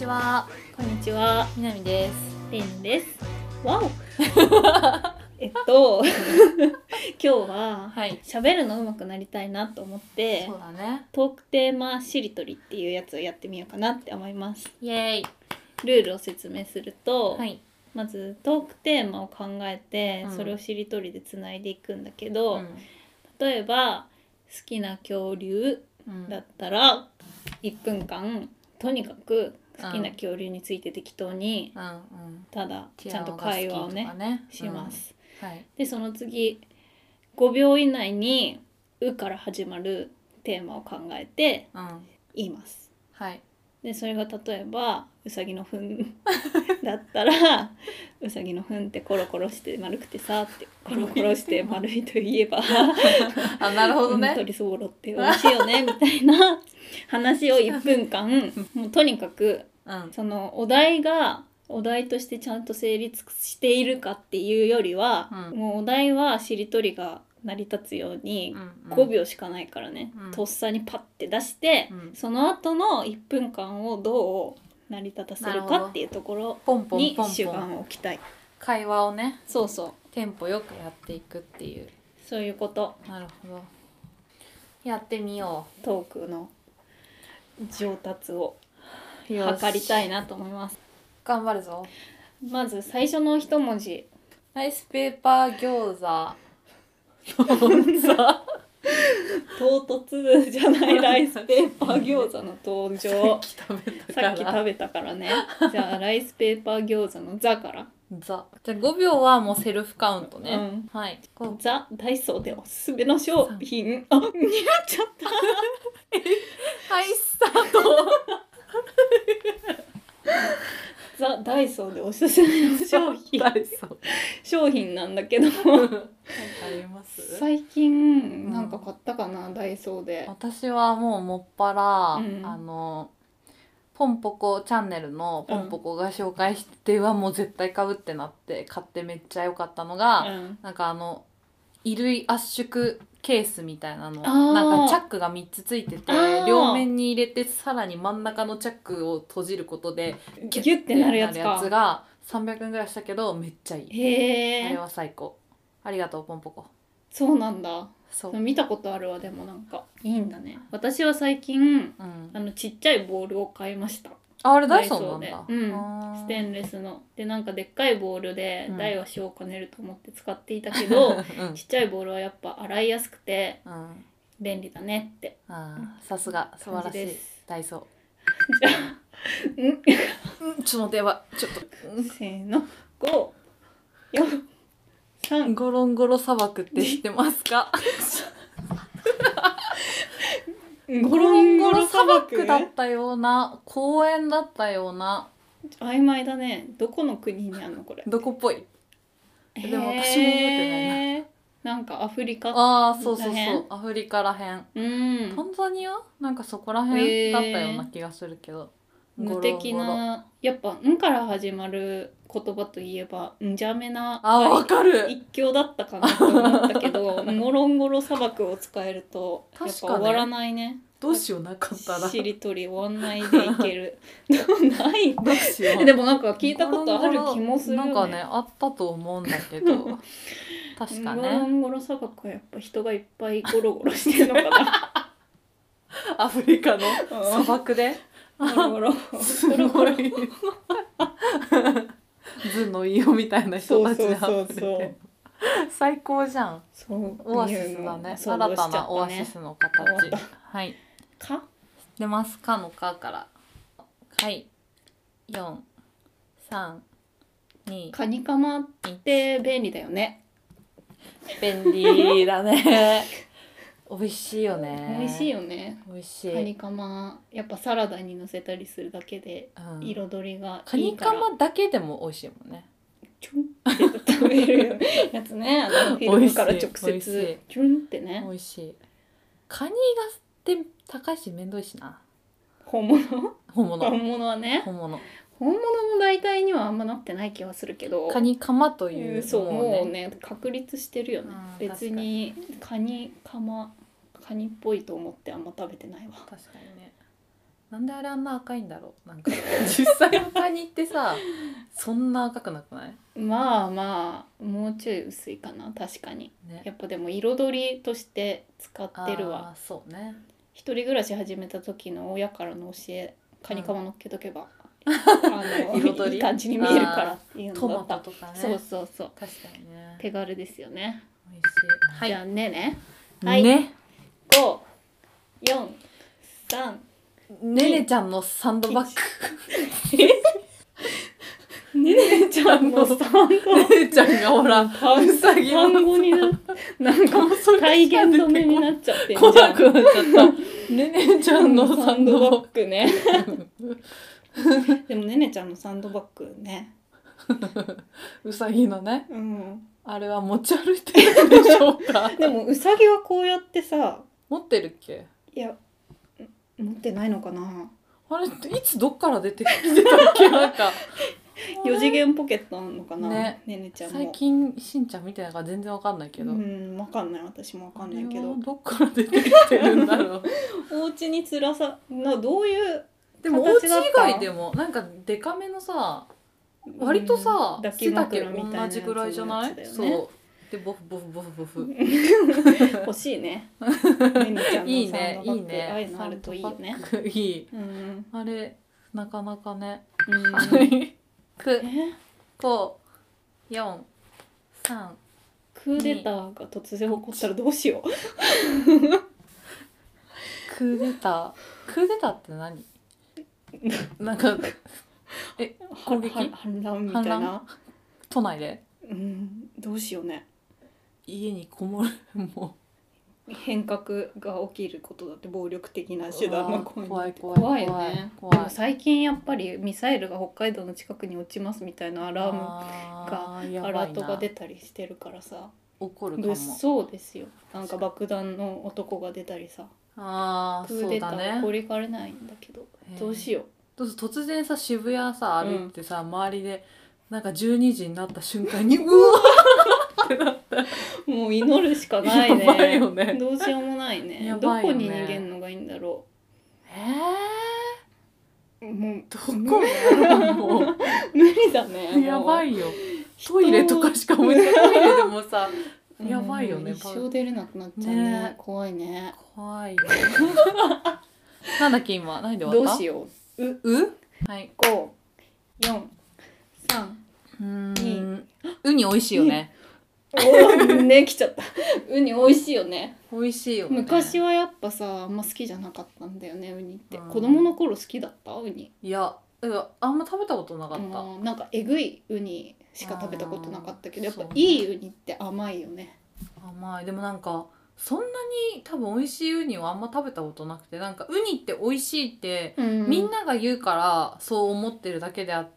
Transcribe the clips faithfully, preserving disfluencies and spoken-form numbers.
は。 こんにちは。 みなみです。 りんです。わお。えっと今日は喋、はい、るの上手くなりたいなと思って、 そうだね。 トークテーマしりとりっていうやつをやってみようかなって思います。 イエーイ。 ルールを説明すると、はい、まずトークテーマを考えて、うん、それをしりとりでつないでいくんだけど、うん、例えば好きな恐竜だったら、うん、いっぷんかんとにかく好きな恐竜について適当に、うん、ただちゃんと会話を ね, ねします、うんはい、でその次ごびょう以内に「う」から始まるテーマを考えて言います、うんはい、でそれが例えばうさぎのふんだったらうさぎのふんってコロコロして丸くてさってコロコロして丸いといえばあなるほどね、 鳥そぼろって美味しいよねみたいな話をいっぷんかんもうとにかく、うん、そのお題がお題としてちゃんと成立しているかっていうよりは、うん、もうお題はしりとりが成り立つようにごびょうしかないからね、うん、とっさにパッて出して、うん、その後のいっぷんかんをどう成り立たせるかっていうところに主眼を置きたい。 会話をね、 そうそうテンポよくやっていくっていう、 そういうこと。 なるほど、やってみよう。トークの上達を図りたいなと思います。 頑張るぞ。 まず最初の一文字、 ライスペーパー餃子唐突じゃない。ライスペーパー餃子の登場さっき食べたからね。じゃあライスペーパー餃子のザからザ。じゃあごびょうはもうセルフカウントね、うん、はいザダイソーでおすすめの商品。あ、似合っちゃったはいスタートザ・ダイソーでおすすめの商品ダイソー商品なんだけど何かあります？ 最近なんか買ったかな、うん、ダイソーで。 私はもうもっぱら、うん、あのポンポコチャンネルのポンポコが紹介しては、うん、もう絶対買うってなって買ってめっちゃ良かったのが、うん、なんかあの衣類圧縮ケースみたいなの、なんかチャックがみっつついてて両面に入れてさらに真ん中のチャックを閉じることでギュッてなるやつか。 やつがさんびゃくえんぐらいしたけどめっちゃいい。へー、あれは最高。ありがとうポンポコ。 そうなんだ。そう見たことあるわ。でもなんかいいんだね。私は最近、うん、あのちっちゃいボールを買いました。 あ, あれダイソーなんだ。 うん、ステンレスのでなんかでっかいボールで大は小を兼ねると思って使っていたけど、うん、ちっちゃいボールはやっぱ洗いやすくて便利だねって。 さすが素晴らしいダイソー。じゃあんちょっと待ってやばちょっとせーのご、よん、さん。 ゴロンゴロ砂漠って知ってますか？ゴロンゴロ砂漠だったような公園だったような。 曖昧だね。どこの国にあるのこれ？ どこっぽい。 でも私も覚えてないな。なんかアフリカ。 ああそうそうそうアフリカらへん。うん。タンザニアなんかそこらへんだったような気がするけど。 無敵なやっぱ「ん」から始まる言葉といえばんじゃめなあわかる一強だったかなと思ったけどゴロンゴロ砂漠を使えるとやっぱ終わらないね。 どうしようなかったらしりとり終わんないでいけるないどうしよう。でもなんか聞いたことある気もするよね。 なんかねあったと思うんだけど確かねゴロンゴロ砂漠はやっぱ人がいっぱいゴロゴロしてるのかなアフリカの砂漠でゴロゴロすごい図の家みたいな人たちであふれて最高じゃん。そうオアシスだね。新たなオアシスの形。はいか出ますかのかからはいよん、さん、にカニカマって便利だよね。 便利だね美味しいよね。 美味しいよね。 美味しい。 カニカマやっぱサラダにのせたりするだけで彩りがいいから、うん、 カニカマだけでも美味しいもんね。 チュンって食べるやつね。あのフィルムから直接チュンってね。 美味しい。カニがって高いしめんどいしな。 本物？ 本物。 本物はね。 本物。 本物の代替にはあんまなってない気はするけど。 カニカマという、 そうもうね確立してるよね。別にカニカマカニっぽいと思ってあんま食べてないわ。 確かにね。 なんであれあんな赤いんだろう。なんか実際のカニってさそんな赤くなくない？ まあまあもうちょい薄いかな確かに、ね、やっぱでも彩りとして使ってるわ。 あそうね。 一人暮らし始めた時の親からの教え、カニカマ乗っけとけば、うん、あの彩りいい感じに見えるからっていうのだった。トマトとかね。そうそうそう。 確かにね。 手軽ですよね。 美味しい。はい、 じゃあねね。はい。 ね。 ご、よん、さん。 ねねちゃんのサンドバッグ。 ねねちゃんのサンドバッグ。 ねねちゃんがほら、うさぎの単語にななんか体現止めになっちゃってんじゃん。 怖くなっちゃった。ねねちゃんのサンドバッグね。でもねねちゃんのサンドバッグね。 うさぎのね。 うん。 あれは持ち歩いてるでしょうか。 でもうさぎはこうやってさ。 持ってるっけ？ いや。持ってないのかな。 あれっていつどっから出てきてたっけ？なんか四次元ポケットあんのかな、 ね、 ねねちゃんも。 最近しんちゃん見てないから全然わかんないけど。 うん、わかんない。私もわかんないけど。 どっから出てきてるんだろう。 お家につらさなどういうでもお家以外でもなんかデカめのさ、割とさ、背丈同じぐらいじゃない？そう。でボフボフボフボフ欲しいね。ねねちゃんのいいねいいね。 ああいうのあるといいよね。 いい、 うん、 あれなかなかね。 うんくごよんさんクーデターが突然起こったらどうしよう。 クーデタークーデターって何？なんかえ攻撃反乱みたいな都内で。 うんどうしようね。 家にこもるもう変革が起きることだって暴力的な手段の怖い怖い怖いよね。でも最近やっぱりミサイルが北海道の近くに落ちますみたいなアラームがアラートが出たりしてるからさ怒るかも。 そうですよ。なんか爆弾の男が出たりさあクーデター起こりかねないんだけど、どうしよう。突然さ渋谷さ歩いてさ、うん、周りでなんかじゅうにじになった瞬間にうわーってなったもう祈るしかないね。 やばいよね。 どうしようもないね。 やばどこいよね。 に逃げんのがいいんだろう。えー、 もうどこだろうもう無理だね。 やばいよ。トイレとかしか思いつかない。トイレでもさやばいよね。 一生出れなくなっちゃうね。ね怖いね。 怖いよ。なんだっけ今何で終わった？ どうしよう。うう？はい。 ご、よん、さん、 に。ウニ美味しいよね。 おーね来ちゃった。ウニ美味しいよね。 美味しいよね。 昔はやっぱさあんま好きじゃなかったんだよねウニって。子供の頃好きだったウニ。 いやあんま食べたことなかった。 うん、なんかえぐいウニしか食べたことなかったけどやっぱいいウニって甘いよね。 甘い。でもなんかそんなに多分美味しいウニをあんま食べたことなくて、なんかウニって美味しいって、うん、みんなが言うからそう思ってるだけであって、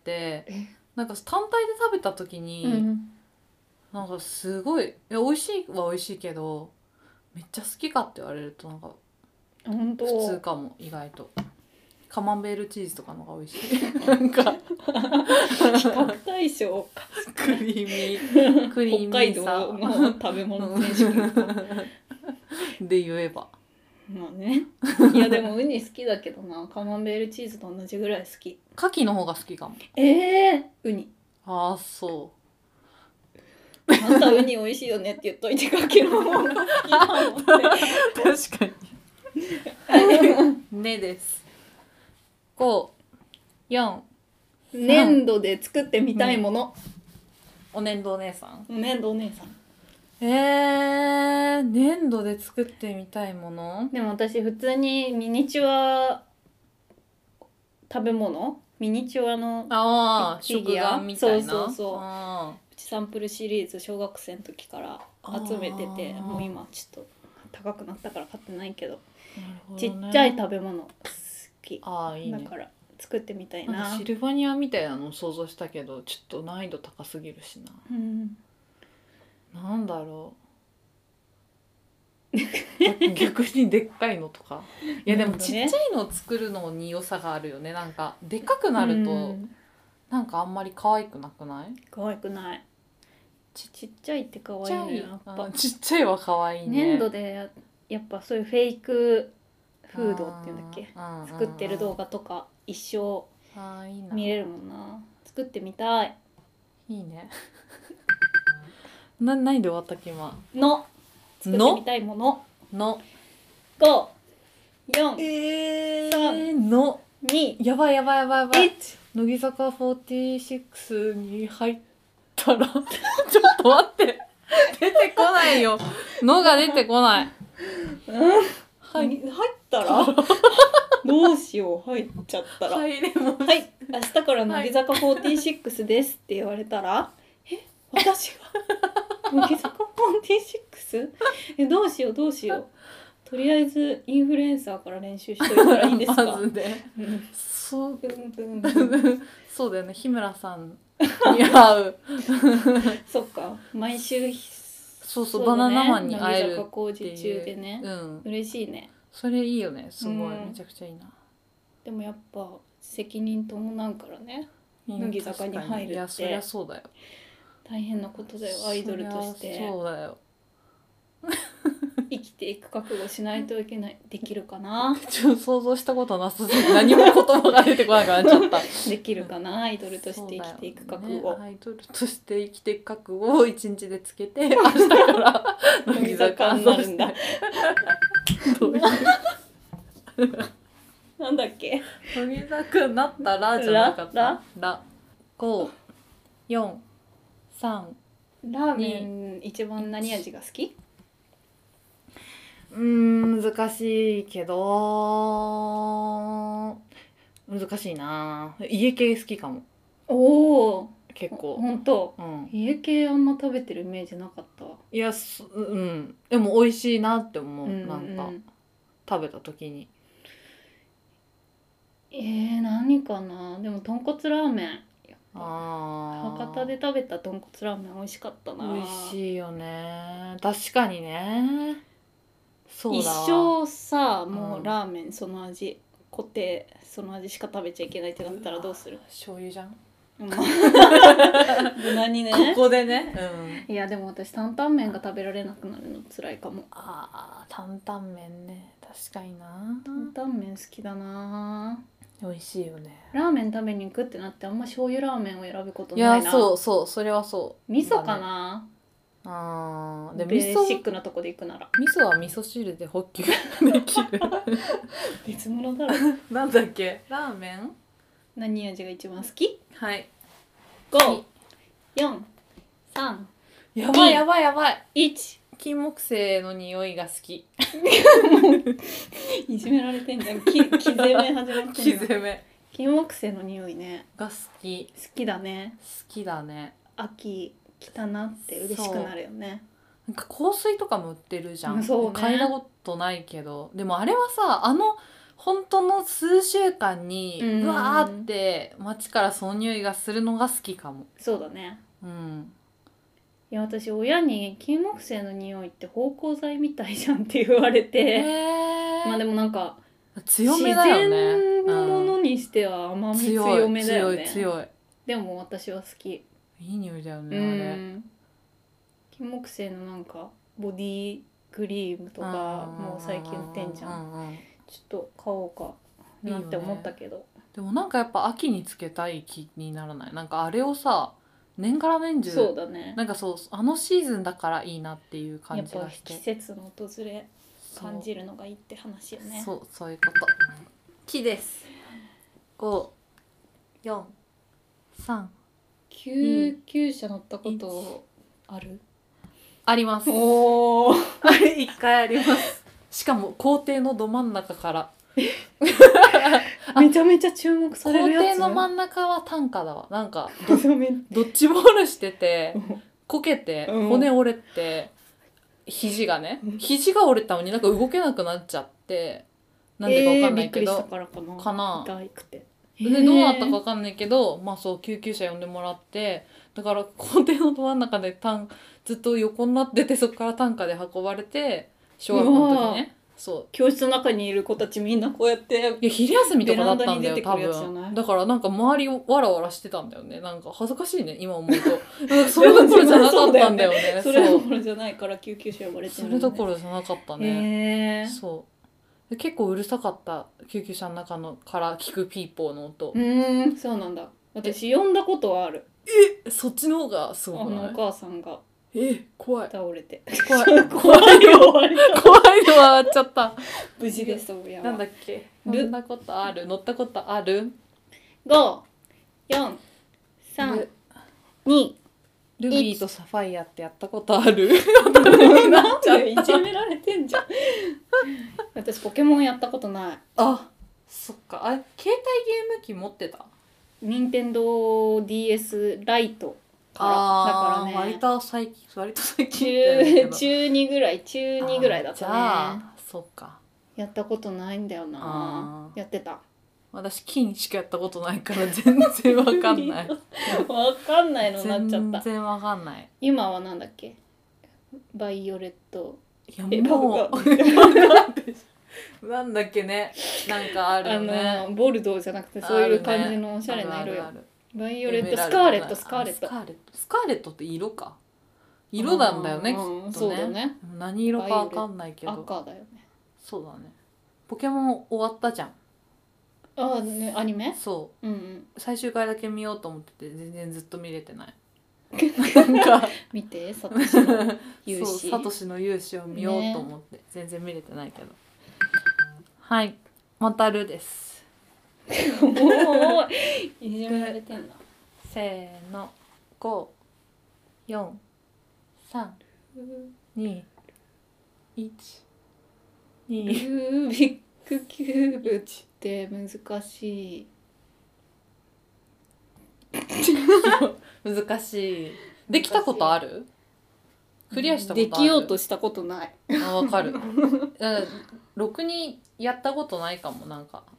なんか単体で食べた時に、うん、なんかすごいいや美味しいは美味しいけどめっちゃ好きかって言われるとなんか本当普通かも。意外とカマンベールチーズとかのが美味しい。なんか比較対象か。 クリーミークリーミーさ北海道の食べ物選手権で言えばまあね。いやでもウニ好きだけどな。カマンベールチーズと同じぐらい好き。 牡蠣の方が好きかも。 えー、ウニ。 ああそう。 あんたウニ美味しいよねって言っといて牡蠣の方が好きなのって。 確かに。ねです。ご、よん。 粘土で作ってみたいもの。 お粘土お姉さん。 お粘土お姉さん。 えー、粘土で作ってみたいもの？ でも私普通にミニチュア食べ物？ミニチュアのあフィギュアみたいな。 そうそうそう。プチサンプルシリーズ小学生の時から集めてて、もう今ちょっと高くなったから買ってないけど、ど、ね、ちっちゃい食べ物好き。 あいいね。 だから作ってみたいな。 なんかシルバニアみたいなのを想像したけどちょっと難易度高すぎるしな。 うん、 なんだろう逆にでっかいのとか。いやでもちっちゃいのを作るのに良さがあるよね。なんかでかくなると、うん、なんかあんまり可愛くなくない？ 可愛くない。ち, ちっちゃいって可愛いね。やっぱちっちゃいは可愛いね。 粘土で や, やっぱそういうフェイクフードっていうんだっけ、作ってる動画とか一生見れるもんな。作ってみたい。 いいね。な何で終わったっけ今。 の作ってみたいもののご、よん、 えー、さんのにやばいやばいやばいやばい。乃木坂フォーティーシックスに入ったらちょっと待って出てこないよ。のが出てこない。 うん、はい、入ったらどうしよう。入っちゃったら入れもはい、明日から乃木坂フォーティーシックスですって言われたら、はい、え、私が乃木坂フォーティーシックス？え、どうしようどうしよう。とりあえずインフルエンサーから練習しといたらいいですか？ まずね、うん、そうそうだよね。日村さんに会うそっか、毎週そうそう、バナナマンに会える乃木坂工事中でね、うん、嬉しいね。 それいいよね。すごい、うん、めちゃくちゃいいな。 でもやっぱ責任伴うからね、乃木坂に入るって。いや、 そりゃそうだよ。 大変なことだよ、アイドルとして。 そうだよ。 生きていく覚悟しないといけない。できるかな。 ちょっと想像したことなさすぎて何も言葉が出てこなくなっちゃった。 できるかな、アイドルとして生きていく覚悟、 ね、アイドルとして生きていく覚悟を一日でつけて明日から乃木坂になるんだ。どういうなんだっけ。 乃木坂になったらじゃなかった。らご、よん、さん。 ラーメン一番何味が好き？ うーん、難しいけど難しいな。家系好きかも。 おお、 結構。 ほんと、うん、家系あんま食べてるイメージなかった。 いや、うん、でも美味しいなって思う、うんうん、なんか食べた時に。 えー、何かな。でも豚骨ラーメン。あ、博多で食べた豚骨ラーメン美味しかったな。 美味しいよね。確かにね。 そうだわ。一生さ、もうラーメンその味、固定その味しか食べちゃいけないってなったらどうする？ 醤油じゃん。 無難にね。 ここでね、 うん、いやでも私担々麺が食べられなくなるの辛いかも。 ああ、担々麺ね。確かにな。 担々麺好きだな。 美味しいよね。 ラーメン食べに行くってなってあんま醤油ラーメンを選ぶことないな。 いや、そうそう、それはそう。 味噌かな。 ああ、 でベーシックなとこで行くなら。 味噌は味噌汁で補給できる。 別物だろ。 なんだっけ、ラーメン？ 何味が一番好き？ はい。 ご、よん、さん、 やばいやばいやばい。 いち。 金木犀の匂いが好き。 いじめられてんじゃん。き、きぜめ始まってんじゃん。 きぜめ。 金木犀の匂いね。 が好き。 好きだね。 好きだね。 秋来たなって嬉しくなるよね。 なんか香水とかも売ってるじゃん。 そうね。 嗅いだことないけど、でもあれはさ、あの本当の数週間にうわーって街からその匂いがするのが好きかも。 そうだね。 うん。 いや私親に金木犀の匂いって芳香剤みたいじゃんって言われて、まあでもなんか強めだよね。 自然のものにしては甘み強めだよね。 強い強い強い。 でも私は好き。いい匂いだよね、あれ。 金木犀のなんかボディクリームとかもう最近売ってんじゃん。うんうん、ちょっと買おうかなって思ったけど。いいよね。 でもなんかやっぱ秋につけたい気にならない？なんかあれをさ。年がら年中そうだね。 なんかそうあのシーズンだからいいなっていう感じがして、 やっぱ季節の訪れ感じるのがいいって話よね。 そうそういうこと。木です。ご、よん、さん。 救急車乗ったことある？ あります。 おお。 あれ一回あります。しかも校庭のど真ん中から。 めちゃめちゃ注目されるやつ。 校庭の真ん中は短歌だわ。なんか ど, どっちボールしててこけて骨折れて肘がね肘が折れたのになんか動けなくなっちゃってなんでかわかんないけど、えー、びっくりしたからかな。かな。痛くて。でどうなったかわかんないけど、まあそう救急車呼んでもらってだから校庭のど真ん中でタンずっと横になっててそこから担架で運ばれて小学校の時ね。そう教室の中にいる子たちみんなこうやっていや昼休みとかだったんだよ多分。だからなんか周りをわらわらしてたんだよね。なんか恥ずかしいね今思うと。それどころじゃなかったんだよね。 それどころじゃないから救急車呼ばれてる、 ね、それどころじゃなかったね。 へー。 そ結構うるさかった、救急車の中のから聞くピーポーの音。 うーん、そうなんだ。私呼んだことはある。 え、そっちの方がすごくない？ あのお母さんがえ、怖い。 倒れて怖い怖いよ怖いの笑っちゃった。 無事です親は。 なんだっけ、乗ったことある乗ったことある。 ご、よん、さん、に。 ルビーとサファイアってやったことある？ なんでいじめられてんじゃん。私ポケモンやったことない。 あ、そっか。あ、携帯ゲーム機持ってた？ 任天堂 ディーエス ライトからだからね。 割と最近割と最近中中にぐらい中にぐらいだったね。じゃあそっか。 やったことないんだよな。やってた。 私金しかやったことないから全然わかんない。 わかんないのになっちゃった。 全然わかんない。 今はなんだっけ？バイオレット。 いやもうなんだっけね、なんかあるよね。 あのボルドーじゃなくてそういう感じのおしゃれな色よ。バイオレット、スカーレット、スカーレット。 スカーレット、スカーレットって色か。色なんだよね、きっとね。 そうだね。 何色かわかんないけど。 赤だよね。 そうだね。ポケモン終わったじゃん。 ああね、アニメ？ そう、 うんうん、 最終回だけ見ようと思ってて全然ずっと見れてない。なんか見て、サトシの勇姿。 そう、サトシの勇姿を見ようと思って、ね、全然見れてないけど。はい、またるです。 もういじめられてんだ。 せーの、ご、よん、さん、に、いち、に。 ルービックキューブって難しい。 難しい。できたことある？クリアしたことある？ できようとしたことない。 あ、わかる。ろくにやったことないかも。なんか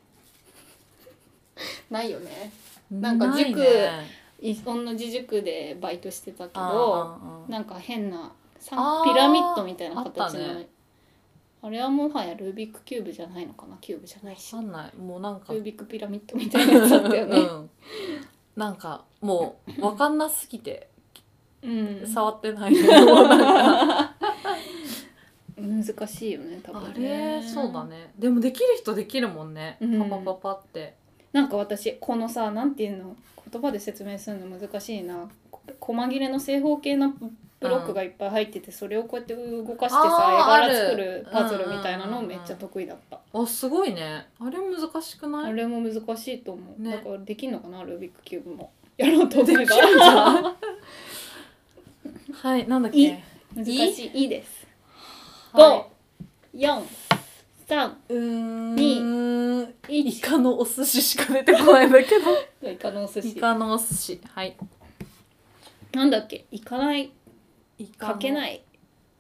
ないよね。なんか塾、ね、同じ塾でバイトしてたけど、なんか変なピラミッドみたいな形の あ,、ね、あれはもはやルービックキューブじゃないのかな。キューブじゃないし、 わかんない。もうなんかルービックピラミッドみたいなやつだったよね。うん、 なんかもう分かんなすぎて、うん、触ってない。 難しいよね、多分ね。 あれ、そうだね。でもできる人できるもんね、うん、パパパパって。 なんか私このさ、なんていうの、言葉で説明するの難しいな。細切れの正方形のブロックがいっぱい入ってて、うん、それをこうやって動かしてさ、絵柄作るパズルみたいなのめっちゃ得意だった。 あ、すごいね。あれ難しくない？ あれも難しいと思う、ね、だからできんのかな、ルービックキューブも。やろうと思えばはい、なんだっけ、 難しい。いいです。ご、よん、さん、に、いち。 イカのお寿司しか出てこないんだけど。 イカのお寿司。 イカのお寿司。はい。 なんだっけ、行かない、かけない、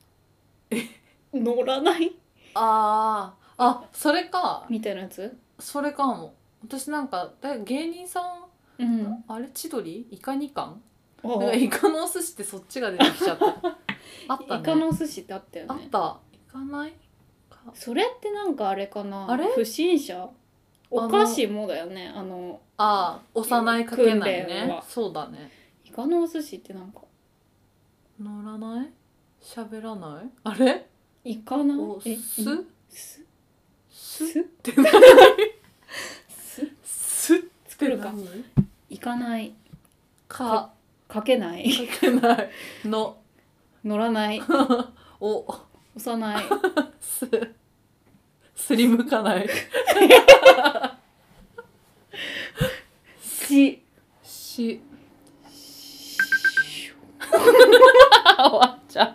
乗らない。 ああ、あ、それか。 みたいなやつ。 それかも。私なんか芸人さん、うん、あれ千鳥イカ二貫。だからイカのお寿司ってそっちが出てきちゃった。あったね。 イカのお寿司ってあったよね。 あった。行かないか。 それってなんかあれかな。あれ？不審者？お菓子もだよね。あの、 ああ、幼いかけないね。そうだね。 イカのお寿司ってなんか乗らない？喋らない？あれ？ イカのえすすすって何？すす作るか。行かないかかけないかけないの乗らないお押さないすすりむかないしし終わっちゃ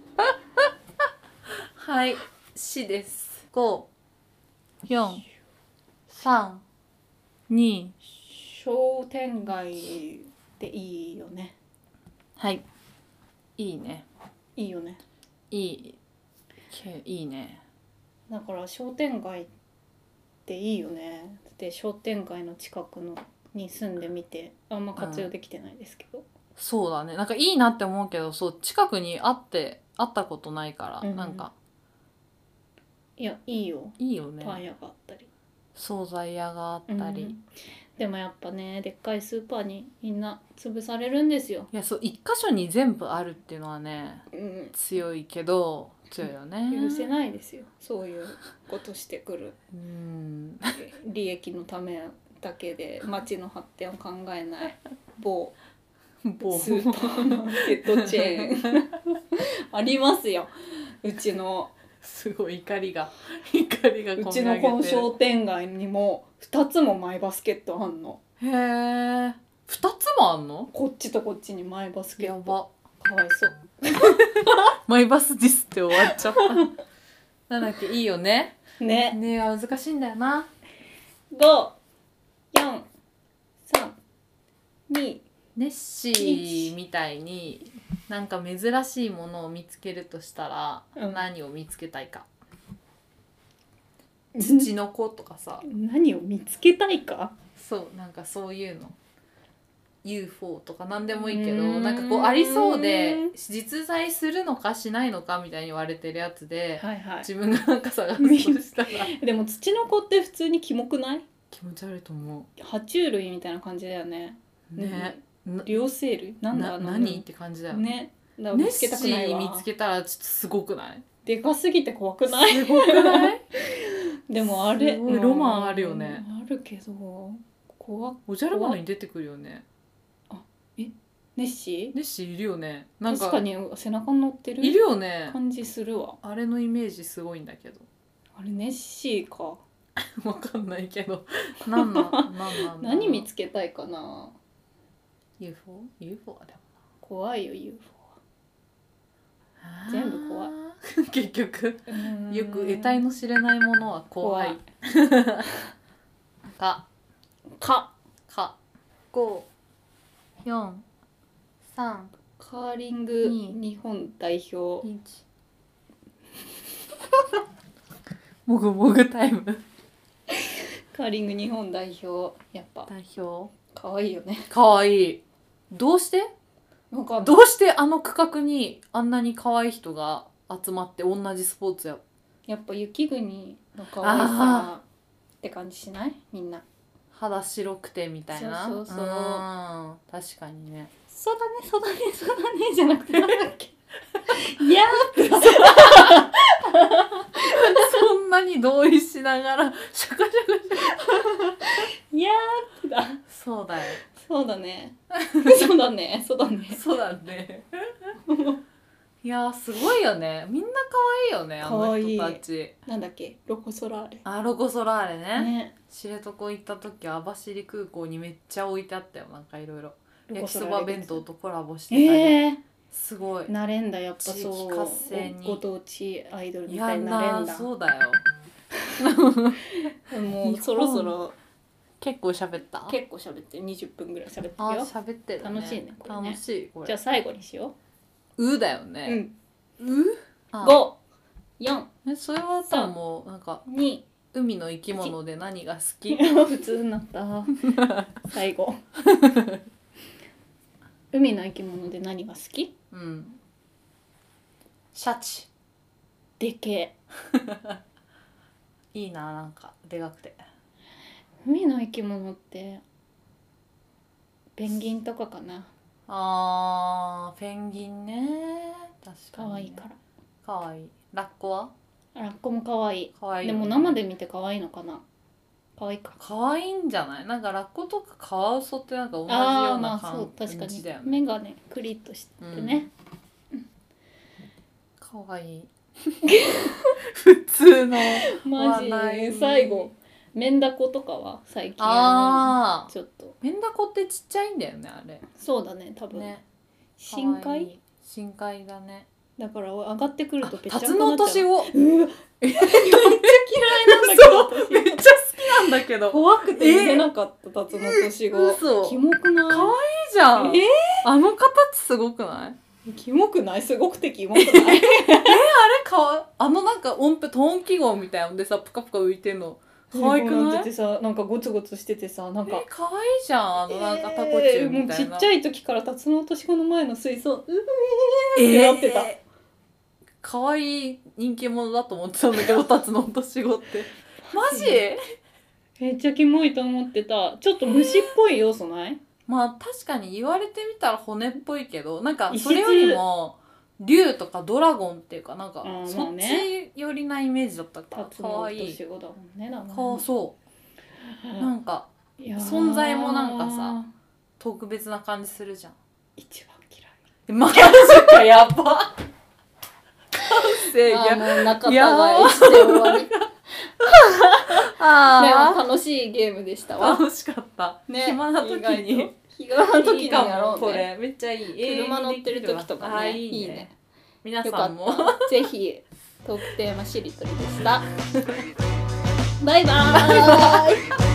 ったはい、しです。ご、よん、さん、に。 商店街でいいよね。 はい、いいね。 いいよね。 いい、いいね。 だから商店街っていいよね。で商店街の近くのに住んでみてあんま活用できてないですけど、うん、 そうだね。なんかいいなって思うけど、そう近くにあって会ったことないから、うん、なんかいやいいよ。 いいよね。 パン屋があったり惣菜屋があったり、うん、 でもやっぱね、でっかいスーパーにみんな潰されるんですよ。 いや、そう一箇所に全部あるっていうのはね、うん、強いけど、 そうよね。 許せないですよ、そういうことしてくる。うん利益のためだけで町の発展を考えない某某スーパーマーケットチェーンありますよ。うちのすごい怒りが怒りがうちのこの商店街にもふたつもマイバスケットあんの。 へえ、ふたつもあんの？ こっちとこっちにマイバスケット。やば、かわいそうマイバスディスって終わっちゃったなんだっけ、いいよね。 ねねは難しいんだよな。 ご、よん、さん、に。 ネッシーみたいになんか珍しいものを見つけるとしたら、うん、何を見つけたいか。土の子とかさ。 何を見つけたいか？ そう、なんかそういうの ユーフォー とか何でもいいけど、なんかこうありそうで実在するのかしないのかみたいに言われてるやつで、はいはい、自分がなんか探すとしたらでも土の子って普通にキモくない？ 気持ち悪いと思う。 爬虫類みたいな感じだよね。 ね、 両生類なんだな何って感じだよね。 ネッシー見つけたらちょっとすごくない？ でかすぎて怖くない？ すごくないでもあれロマンあるよね。 あるけど怖おじゃる丸に出てくるよね。 あ、え、ネッシー？ ネッシーいるよね。なんか確かに背中に乗ってるいるよね。 感じするわ。 あれのイメージすごいんだけど。 あれネッシーかわかんないけどなんなんなんなん何見つけたいかな。 ユーフォー？ ユーフォー はでも怖いよ ユーフォー は。全部怖い結局よく得体の知れないものは怖いかかかご、よん、さん。 カーリング日本代表もぐもぐタイムカーリング日本代表やっぱ代表かわいいよね。 かわいい。どうしてどうしてあの区画にあんなに可愛い人が集まって同じスポーツや。 やっぱ雪国の可愛さって感じしない？みんな肌白くてみたいな。 そうそうそう、うん、 確かにね。 そうだねそうだねそうだねじゃなくてなんだっけいやーそんなに同意しながらシャカシャカシャカいやーだそうだよ。 そうだねそうだねそうだねそうだねいやーすごいよね。みんな可愛いよね、あの人たち。 なんだっけ、ロコ・ソラーレ。 あ、ロコ・ソラーレね。 ね、 知床行った時網走空港にめっちゃ置いてあったよ。なんかいろいろ焼きそば弁当とコラボしてたり、えー、すごいなれんだ。やっぱそう地域活性にご当地アイドルみたいになれんだ。 そうだよもうそろそろ結構喋った。 結構喋ってにじゅっぷんぐらい喋ってるよ。 あ、喋ってるね。 楽しいねこれね。 楽しいこれ。 じゃあ最後にしよう。うだよね。 うん。う。ご、よん。 え、それはさもうなんかに。 海の生き物で何が好き？ 普通になった最後海の生き物で何が好き？ うん。シャチ。 でけえいいな、なんかでかくて。 海の生き物ってペンギンとかかな。 あー、ペンギンね。確かに、ね、 可愛いから。 可愛い。ラッコは？ ラッコも可愛い。 可愛い、 ね、でも生で見て可愛いのかな。可愛いか。 可愛いんじゃない？なんかラッコとかカワウソってなんか同じような感じだよね。 目がねクリッとしててね。 うん、可愛い普通のマジ最後メンダコとかは最近あちょっとメンダコってちっちゃいんだよねあれ。 そうだね多分ね。 深海？ 深海だね。 だから上がってくるとぺちゃくなっちゃう。タツノオトシゴ。めっちゃ嫌いなんだけどめっちゃ好きなんだけど。 怖くて見れなかったタツノオトシゴ。キモくない？ 可愛いじゃん。えー、あの形すごくない？ キモくない？すごくてキモくない？えー、あれかわあのなんか音符トーン記号みたいなのでさプカプカ浮いてんの可愛くない？ てさなんかゴツゴツしててさなんか、 えー、可愛いじゃんあのなんかタコチュウみたいな、えー、 もうちっちゃい時からタツノオトシゴの前の水槽うえーってなってた、えー可愛い人気者だと思ってたんだけどタツノオトシゴってマジ？ めっちゃキモいと思ってた。ちょっと虫っぽい要素ない？ まあ確かに言われてみたら骨っぽいけどなんかそれよりも竜とかドラゴンっていうかなんかそっち寄りなイメージだったからかわいい。かわそうなんか存在もなんかさ特別な感じするじゃん。 一番嫌い。マジかやば。感性や。もう仲違いして終わり。あでも楽しいゲームでしたわ。 楽しかった。ね、暇な時に。 暇な時にやろうね。 これめっちゃいい。 車乗ってる時とかね。いいね。 皆さんもぜひトークテーマしりとりでした。バイバーイ。